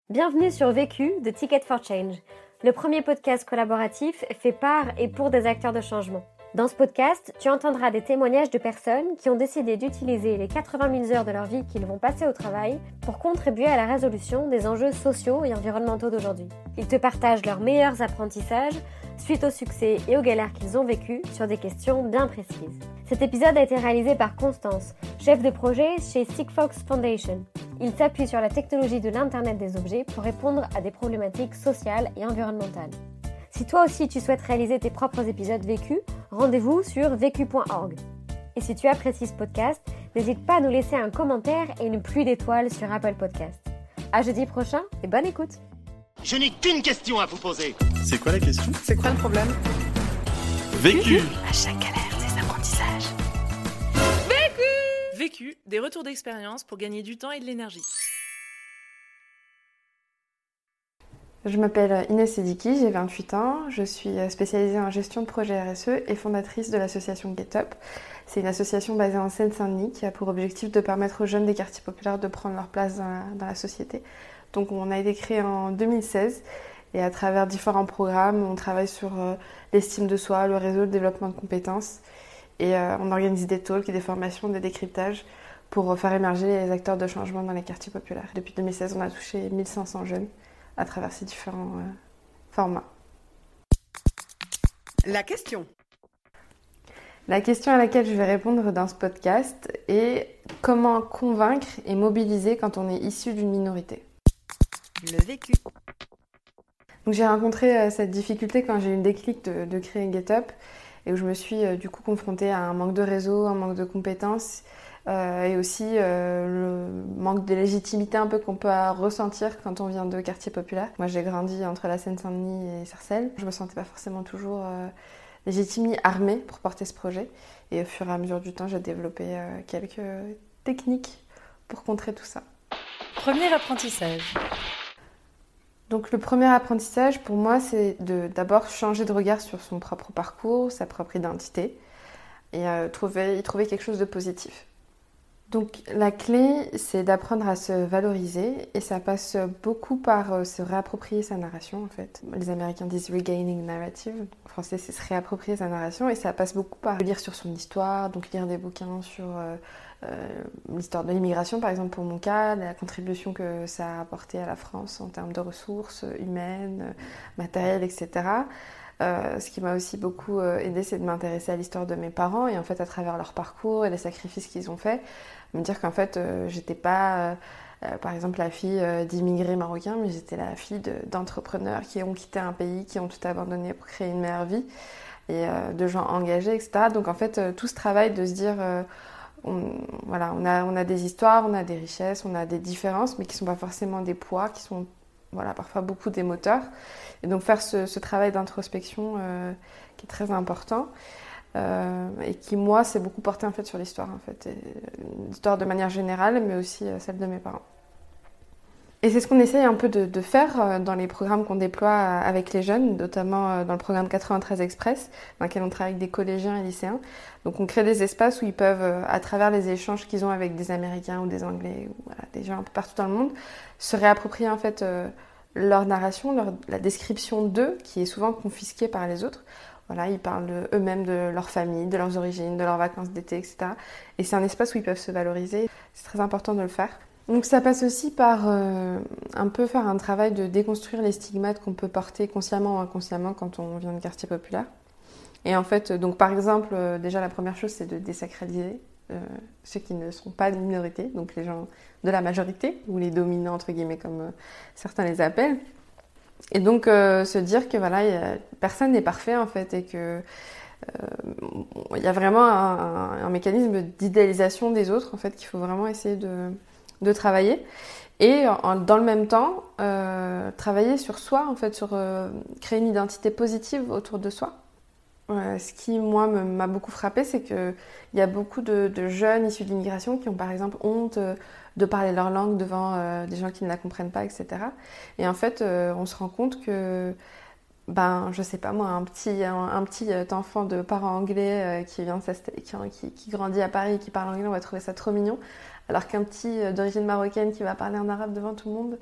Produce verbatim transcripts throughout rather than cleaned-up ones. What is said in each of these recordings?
Bienvenue sur Vécu de Ticket for Change, le premier podcast collaboratif fait par et pour des acteurs de changement. Dans ce podcast, tu entendras des témoignages de personnes qui ont décidé d'utiliser les quatre-vingt mille heures de leur vie qu'ils vont passer au travail pour contribuer à la résolution des enjeux sociaux et environnementaux d'aujourd'hui. Ils te partagent leurs meilleurs apprentissages suite au succès et aux galères qu'ils ont vécues sur des questions bien précises. Cet épisode a été réalisé par Constance, chef de projet chez Sigfox Foundation. Il s'appuie sur la technologie de l'Internet des objets pour répondre à des problématiques sociales et environnementales. Si toi aussi tu souhaites réaliser tes propres épisodes vécus, rendez-vous sur vécu point org. Et si tu apprécies ce podcast, n'hésite pas à nous laisser un commentaire et une pluie d'étoiles sur Apple Podcasts. À jeudi prochain et bonne écoute. Je n'ai qu'une question à vous poser. C'est quoi la question ? C'est quoi le problème ? Vécu. À chaque galère, des apprentissages. Vécu Vécu, des retours d'expérience pour gagner du temps et de l'énergie. Je m'appelle Inès Sediki, j'ai vingt-huit ans, je suis spécialisée en gestion de projet R S E et fondatrice de l'association GetUp. C'est une association basée en Seine-Saint-Denis qui a pour objectif de permettre aux jeunes des quartiers populaires de prendre leur place dans la, dans la société. Donc on a été créé en deux mille seize et à travers différents programmes, on travaille sur euh, l'estime de soi, le réseau, le développement de compétences et euh, on organise des talks, des formations, des décryptages pour faire émerger les acteurs de changement dans les quartiers populaires. Depuis deux mille seize, on a touché mille cinq cents jeunes à travers ces différents euh, formats. La question. La question à laquelle je vais répondre dans ce podcast est comment convaincre et mobiliser quand on est issu d'une minorité. Le vécu. Donc, j'ai rencontré euh, cette difficulté quand j'ai eu le déclic de, de créer GetUp et où je me suis euh, du coup confrontée à un manque de réseau, un manque de compétences euh, et aussi euh, le manque de légitimité un peu qu'on peut ressentir quand on vient de quartiers populaires. Moi, j'ai grandi entre la Seine-Saint-Denis et Sarcelles. Je me sentais pas forcément toujours euh, légitime ni armée pour porter ce projet. Et au fur et à mesure du temps, j'ai développé euh, quelques techniques pour contrer tout ça. Premier apprentissage. Donc le premier apprentissage pour moi, c'est de d'abord changer de regard sur son propre parcours, sa propre identité et euh, trouver, y trouver quelque chose de positif. Donc la clé, c'est d'apprendre à se valoriser et ça passe beaucoup par euh, se réapproprier sa narration en fait. Les Américains disent regaining narrative, en français c'est se réapproprier sa narration et ça passe beaucoup par lire sur son histoire, donc lire des bouquins sur euh, euh, l'histoire de l'immigration par exemple pour mon cas, la contribution que ça a apporté à la France en termes de ressources humaines, matérielles, et cetera. Euh, ce qui m'a aussi beaucoup euh, aidé, c'est de m'intéresser à l'histoire de mes parents et en fait à travers leur parcours et les sacrifices qu'ils ont faits, me dire qu'en fait euh, j'étais pas euh, euh, par exemple la fille euh, d'immigrés marocains, mais j'étais la fille de, d'entrepreneurs qui ont quitté un pays, qui ont tout abandonné pour créer une meilleure vie et euh, de gens engagés, et cetera. Donc en fait euh, tout ce travail de se dire euh, on, voilà, on a, on a des histoires, on a des richesses, on a des différences, mais qui sont pas forcément des poids, qui sont voilà, parfois beaucoup des moteurs. Et donc faire ce, ce travail d'introspection euh, qui est très important euh, et qui, moi, s'est beaucoup porté en fait, sur l'histoire. En fait. L'histoire de manière générale, mais aussi euh, celle de mes parents. Et c'est ce qu'on essaye un peu de, de faire euh, dans les programmes qu'on déploie euh, avec les jeunes, notamment euh, dans le programme quatre-vingt-treize Express, dans lequel on travaille avec des collégiens et lycéens. Donc on crée des espaces où ils peuvent, euh, à travers les échanges qu'ils ont avec des Américains ou des Anglais, ou voilà, des gens un peu partout dans le monde, se réapproprier en fait euh, leur narration, leur, la description d'eux, qui est souvent confisquée par les autres. Voilà, ils parlent eux-mêmes de leur famille, de leurs origines, de leurs vacances d'été, et cetera. Et c'est un espace où ils peuvent se valoriser. C'est très important de le faire. Donc ça passe aussi par euh, un peu faire un travail de déconstruire les stigmates qu'on peut porter consciemment ou inconsciemment quand on vient de quartier populaire. Et en fait, donc par exemple, euh, déjà la première chose, c'est de désacraliser euh, ceux qui ne sont pas de minorité, donc les gens de la majorité, ou les dominants, entre guillemets, comme euh, certains les appellent. Et donc euh, se dire que voilà, y a, personne n'est parfait en fait, et que il euh, y a vraiment un, un, un mécanisme d'idéalisation des autres, en fait, qu'il faut vraiment essayer de... de travailler et en, dans le même temps euh, travailler sur soi en fait, sur euh, créer une identité positive autour de soi. Euh, ce qui moi me, m'a beaucoup frappé, c'est que il y a beaucoup de, de jeunes issus de l'immigration qui ont par exemple honte euh, de parler leur langue devant euh, des gens qui ne la comprennent pas, et cetera. Et en fait euh, on se rend compte que ben je sais pas moi, un petit un, un petit enfant de parents anglais euh, qui vient de qui, qui, qui grandit à Paris et qui parle anglais, on va trouver ça trop mignon. Alors qu'un petit d'origine marocaine qui va parler en arabe devant tout le monde,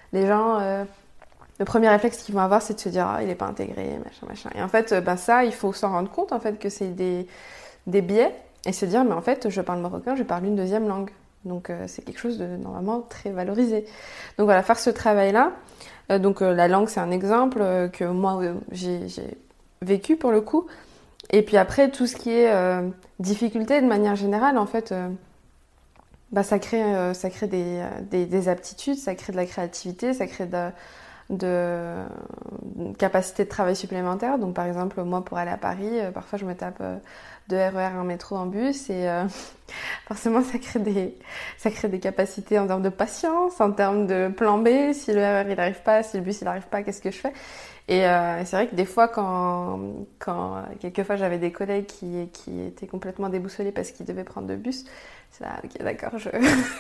les gens, euh, le premier réflexe qu'ils vont avoir, c'est de se dire ah, il est pas intégré, machin, machin. Et en fait, euh, bah, ça, il faut s'en rendre compte en fait que c'est des, des biais et se dire mais en fait, je parle marocain, je parle une deuxième langue. Donc euh, c'est quelque chose de normalement très valorisé. Donc voilà, faire ce travail-là. Euh, donc euh, la langue, c'est un exemple euh, que moi euh, j'ai, j'ai vécu pour le coup. Et puis après, tout ce qui est euh, difficulté de manière générale, en fait, euh, bah, ça crée, euh, ça crée des, des, des aptitudes, ça crée de la créativité, ça crée de, de, de capacité de travail supplémentaire. Donc par exemple, moi pour aller à Paris, euh, parfois je me tape euh, deux R E R, un métro, un bus et euh, forcément ça crée, des, ça crée des capacités en termes de patience, en termes de plan B. Si le R E R il n'arrive pas, si le bus il n'arrive pas, qu'est-ce que je fais ? Et euh, c'est vrai que des fois, quand, quand quelquefois j'avais des collègues qui, qui étaient complètement déboussolés parce qu'ils devaient prendre le bus, c'est là, ok, d'accord, je...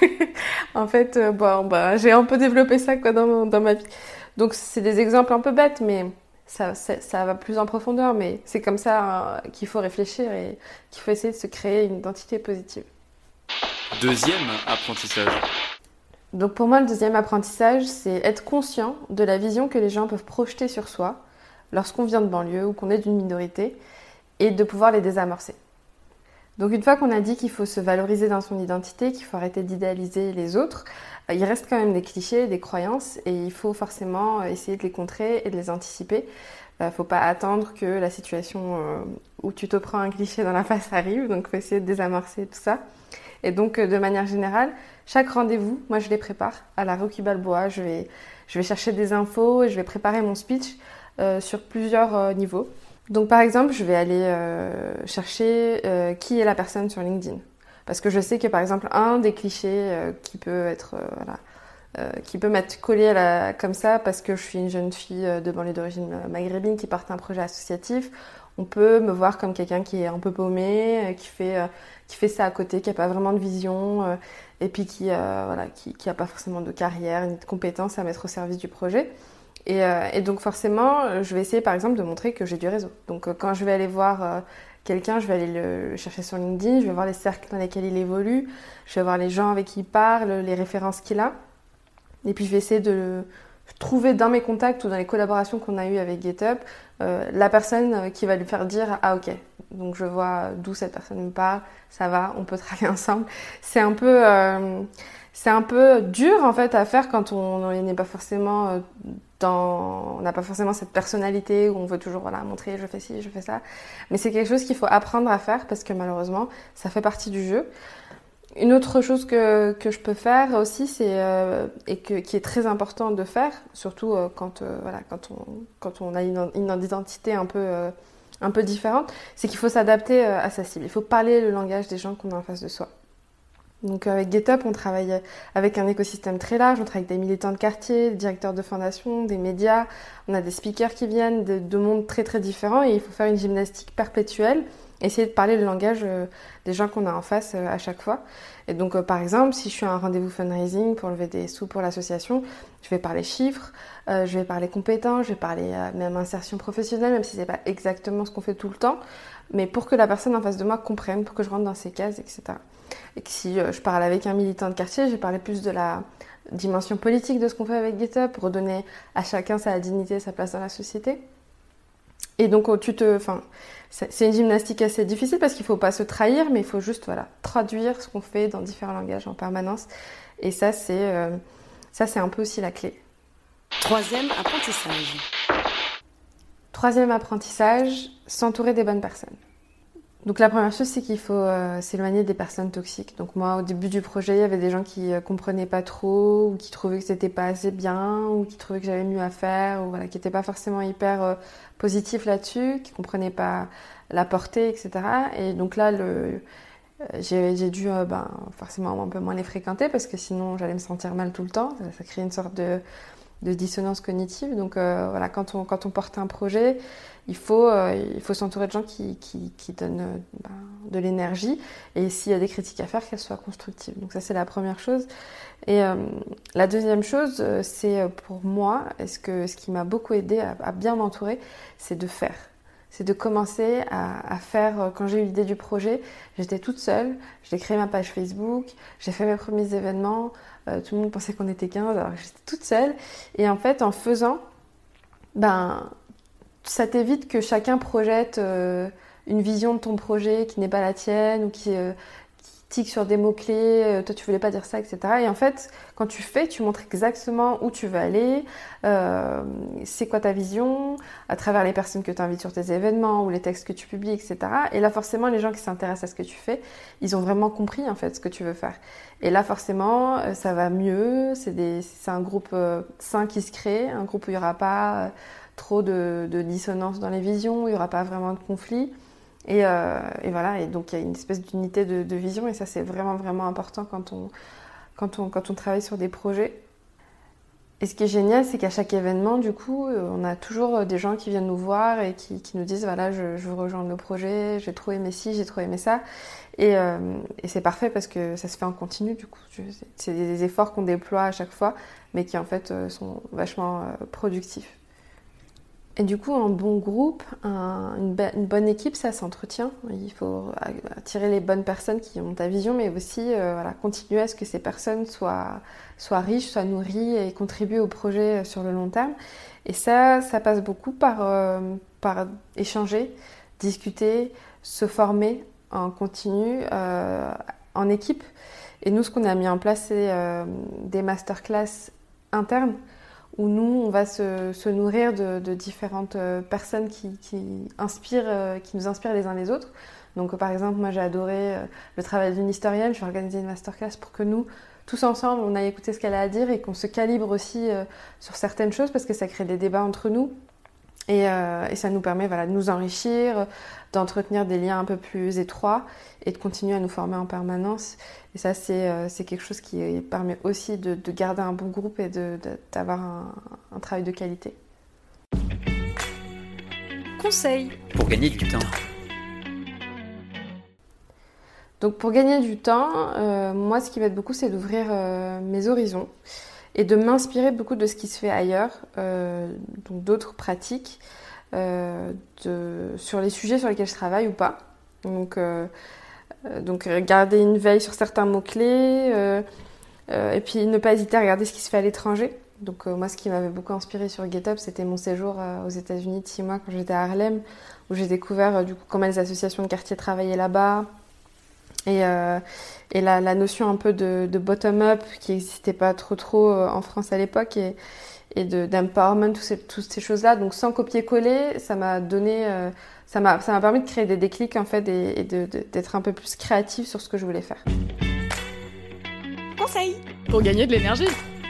en fait, euh, bon, bah, j'ai un peu développé ça quoi, dans, dans ma vie. Donc, c'est des exemples un peu bêtes, mais ça, ça, ça va plus en profondeur. Mais c'est comme ça hein, qu'il faut réfléchir et qu'il faut essayer de se créer une identité positive. Deuxième apprentissage. Donc pour moi, le deuxième apprentissage, c'est être conscient de la vision que les gens peuvent projeter sur soi lorsqu'on vient de banlieue ou qu'on est d'une minorité et de pouvoir les désamorcer. Donc une fois qu'on a dit qu'il faut se valoriser dans son identité, qu'il faut arrêter d'idéaliser les autres, il reste quand même des clichés, des croyances et il faut forcément essayer de les contrer et de les anticiper. Il ne faut pas attendre que la situation où tu te prends un cliché dans la face arrive, donc il faut essayer de désamorcer tout ça. Et donc, de manière générale, chaque rendez-vous, moi je les prépare. À la Rocky Balboa, je vais, je vais chercher des infos et je vais préparer mon speech euh, sur plusieurs euh, niveaux. Donc par exemple, je vais aller euh, chercher euh, qui est la personne sur LinkedIn. Parce que je sais que par exemple, un des clichés euh, qui peut être, euh, voilà, euh, qui peut m'être collé à la, comme ça, parce que je suis une jeune fille de banlieue d'origine maghrébine qui porte un projet associatif, on peut me voir comme quelqu'un qui est un peu paumé, euh, qui fait... Euh, qui fait ça à côté, qui n'a pas vraiment de vision, euh, et puis qui euh, voilà, qui, qui a pas forcément de carrière ni de compétences à mettre au service du projet. Et, euh, et donc forcément, je vais essayer par exemple de montrer que j'ai du réseau. Donc euh, quand je vais aller voir euh, quelqu'un, je vais aller le, le chercher sur LinkedIn, je vais voir les cercles dans lesquels il évolue, je vais voir les gens avec qui il parle, les références qu'il a, et puis je vais essayer de le, trouver dans mes contacts ou dans les collaborations qu'on a eues avec GitHub, euh, la personne qui va lui faire dire « Ah ok, donc je vois d'où cette personne me parle, ça va, on peut travailler ensemble. » C'est un peu, euh, c'est un peu dur en fait à faire quand on n'est pas forcément dans, on n'a pas forcément cette personnalité où on veut toujours voilà, montrer « je fais ci, je fais ça ». Mais c'est quelque chose qu'il faut apprendre à faire parce que malheureusement, ça fait partie du jeu. Une autre chose que, que je peux faire aussi, c'est, euh, et que, qui est très important de faire, surtout euh, quand, euh, voilà, quand, on, quand on a une, une identité un peu, euh, un peu différente, c'est qu'il faut s'adapter euh, à sa cible. Il faut parler le langage des gens qu'on a en face de soi. Donc avec GitHub, on travaille avec un écosystème très large, on travaille avec des militants de quartier, des directeurs de fondation, des médias, on a des speakers qui viennent de, de mondes très très différents et il faut faire une gymnastique perpétuelle. Essayer de parler le langage euh, des gens qu'on a en face euh, à chaque fois. Et donc, euh, par exemple, si je suis à un rendez-vous fundraising pour lever des sous pour l'association, je vais parler chiffres, euh, je vais parler compétences, je vais parler euh, même insertion professionnelle, même si c'est pas exactement ce qu'on fait tout le temps, mais pour que la personne en face de moi comprenne, pour que je rentre dans ses cases, et cetera. Et que si euh, je parle avec un militant de quartier, je vais parler plus de la dimension politique de ce qu'on fait avec GitHub, pour redonner à chacun sa dignité, sa place dans la société. Et donc, tu te, enfin, c'est une gymnastique assez difficile parce qu'il ne faut pas se trahir, mais il faut juste voilà, traduire ce qu'on fait dans différents langages en permanence. Et ça, c'est euh, ça, c'est un peu aussi la clé. Troisième apprentissage. Troisième apprentissage, s'entourer des bonnes personnes. Donc la première chose, c'est qu'il faut euh, s'éloigner des personnes toxiques. Donc moi, au début du projet, il y avait des gens qui euh, comprenaient pas trop, ou qui trouvaient que c'était pas assez bien, ou qui trouvaient que j'avais mieux à faire, ou voilà, qui n'étaient pas forcément hyper euh, positifs là-dessus, qui comprenaient pas la portée, et cetera. Et donc là, le, euh, j'ai, j'ai dû euh, ben, forcément un peu moins les fréquenter, parce que sinon j'allais me sentir mal tout le temps. Ça, ça crée une sorte de, de dissonance cognitive. Donc euh, voilà, quand on, quand on porte un projet, il faut, euh, il faut s'entourer de gens qui, qui, qui donnent euh, ben, de l'énergie et s'il y a des critiques à faire, qu'elles soient constructives. Donc ça, c'est la première chose. Et euh, la deuxième chose, euh, c'est pour moi, est-ce que, ce qui m'a beaucoup aidé à, à bien m'entourer, c'est de faire. c'est de commencer à, à faire, quand j'ai eu l'idée du projet, j'étais toute seule, j'ai créé ma page Facebook, j'ai fait mes premiers événements, euh, tout le monde pensait qu'on était quinze, alors j'étais toute seule. Et en fait, en faisant, ben, ça t'évite que chacun projette euh, une vision de ton projet qui n'est pas la tienne ou qui... Euh, tic sur des mots-clés, euh, toi tu voulais pas dire ça, et cetera. Et en fait, quand tu fais, tu montres exactement où tu veux aller, euh, c'est quoi ta vision, à travers les personnes que tu invites sur tes événements ou les textes que tu publies, et cetera. Et là, forcément, les gens qui s'intéressent à ce que tu fais, ils ont vraiment compris en fait ce que tu veux faire. Et là, forcément, euh, ça va mieux, c'est, des, c'est un groupe euh, sain qui se crée, un groupe où il n'y aura pas euh, trop de, de dissonance dans les visions, où il n'y aura pas vraiment de conflit. Et, euh, et voilà, et donc il y a une espèce d'unité de, de vision et ça c'est vraiment vraiment important quand on, quand, on, quand on travaille sur des projets. Et ce qui est génial, c'est qu'à chaque événement, du coup, on a toujours des gens qui viennent nous voir et qui, qui nous disent voilà, je, je veux rejoindre le projet, j'ai trop aimé ci, j'ai trop aimé ça. Et, euh, et c'est parfait parce que ça se fait en continu, du coup. C'est des efforts qu'on déploie à chaque fois, mais qui en fait sont vachement productifs. Et du coup, un bon groupe, un, une, une bonne équipe, ça s'entretient. Il faut attirer les bonnes personnes qui ont ta vision, mais aussi euh, voilà, continuer à ce que ces personnes soient, soient riches, soient nourries et contribuent au projet sur le long terme. Et ça, ça passe beaucoup par, euh, par échanger, discuter, se former en continu, euh, en équipe. Et nous, ce qu'on a mis en place, c'est euh, des masterclass internes, où nous, on va se, se nourrir de, de différentes personnes qui, qui, inspirent, qui nous inspirent les uns les autres. Donc, par exemple, moi, j'ai adoré le travail d'une historienne. Je vais organiser une masterclass pour que nous, tous ensemble, on aille écouter ce qu'elle a à dire et qu'on se calibre aussi sur certaines choses parce que ça crée des débats entre nous. Et, euh, et ça nous permet voilà, de nous enrichir, d'entretenir des liens un peu plus étroits et de continuer à nous former en permanence. Et ça, c'est, euh, c'est quelque chose qui permet aussi de, de garder un bon groupe et de, de, d'avoir un, un travail de qualité. Conseil pour gagner du temps. Donc pour gagner du temps, euh, moi ce qui m'aide beaucoup, c'est d'ouvrir euh, mes horizons et de m'inspirer beaucoup de ce qui se fait ailleurs, euh, donc d'autres pratiques, euh, de, sur les sujets sur lesquels je travaille ou pas. Donc, euh, donc garder une veille sur certains mots-clés, euh, euh, et puis ne pas hésiter à regarder ce qui se fait à l'étranger. Donc euh, moi, ce qui m'avait beaucoup inspiré sur GetUp, c'était mon séjour euh, aux États-Unis de six mois quand j'étais à Harlem, où j'ai découvert euh, du coup comment les associations de quartier travaillaient là-bas. Et, euh, et la, la notion un peu de, de bottom-up qui n'existait pas trop trop en France à l'époque et, et de, d'empowerment, toutes ces, toutes ces choses-là. Donc sans copier-coller, ça m'a donné, euh, ça m'a, ça m'a permis de créer des déclics en fait et, et de, de, d'être un peu plus créative sur ce que je voulais faire. Conseil pour gagner de l'énergie.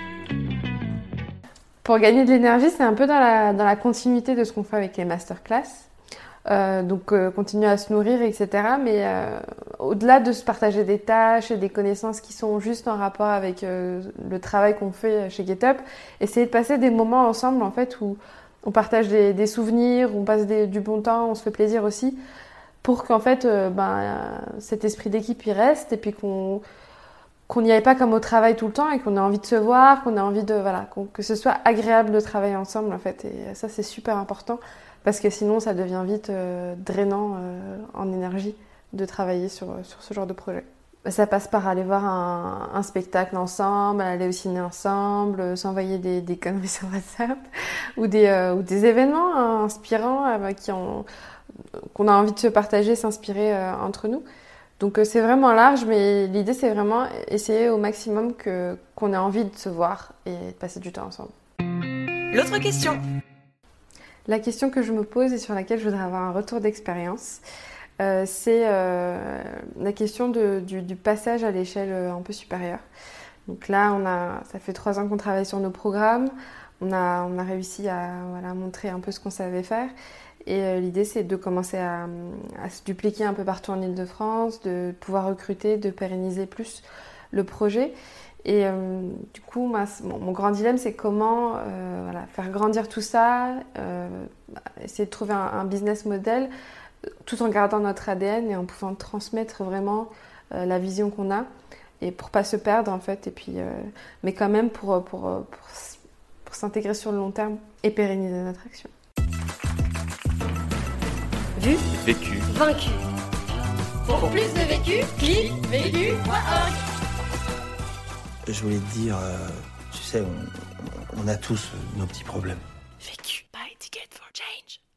Pour gagner de l'énergie, c'est un peu dans la, dans la continuité de ce qu'on fait avec les masterclass. Euh, donc euh, continuer à se nourrir, et cetera. Mais euh, au-delà de se partager des tâches et des connaissances qui sont juste en rapport avec euh, le travail qu'on fait chez GetUp, essayer de passer des moments ensemble en fait où on partage des, des souvenirs, on passe des, du bon temps, on se fait plaisir aussi, pour qu'en fait euh, ben, cet esprit d'équipe il reste et puis qu'on qu'on n'y aille pas comme au travail tout le temps et qu'on ait envie de se voir, qu'on ait envie de voilà, qu'on, que ce soit agréable de travailler ensemble en fait. Et ça c'est super important. Parce que sinon, ça devient vite euh, drainant euh, en énergie de travailler sur, sur ce genre de projet. Ça passe par aller voir un, un spectacle ensemble, aller au ciné ensemble, s'envoyer des, des conneries sur WhatsApp ou des, euh, ou des événements hein, inspirants euh, qui ont, qu'on a envie de se partager, s'inspirer euh, entre nous. Donc euh, c'est vraiment large, mais l'idée c'est vraiment essayer au maximum que, qu'on ait envie de se voir et de passer du temps ensemble. L'autre question. La question que je me pose et sur laquelle je voudrais avoir un retour d'expérience, euh, c'est euh, la question de, du, du passage à l'échelle un peu supérieure. Donc là, on a, ça fait trois ans qu'on travaille sur nos programmes. On a, on a réussi à voilà, montrer un peu ce qu'on savait faire. Et euh, l'idée, c'est de commencer à, à se dupliquer un peu partout en Île-de-France, de pouvoir recruter, de pérenniser plus le projet. Et euh, du coup, ma, mon, mon grand dilemme, c'est comment euh, voilà, faire grandir tout ça, euh, essayer de trouver un, un business model tout en gardant notre A D N et en pouvant transmettre vraiment euh, la vision qu'on a et pour pas se perdre en fait, et puis, euh, mais quand même pour, pour, pour, pour s'intégrer sur le long terme et pérenniser notre action. vu, Vécu. vaincu. Pour plus de vécu, clique vécu point org. Je voulais te dire, euh, tu sais, on, on a tous nos petits problèmes. Vécu. Buy ticket for change.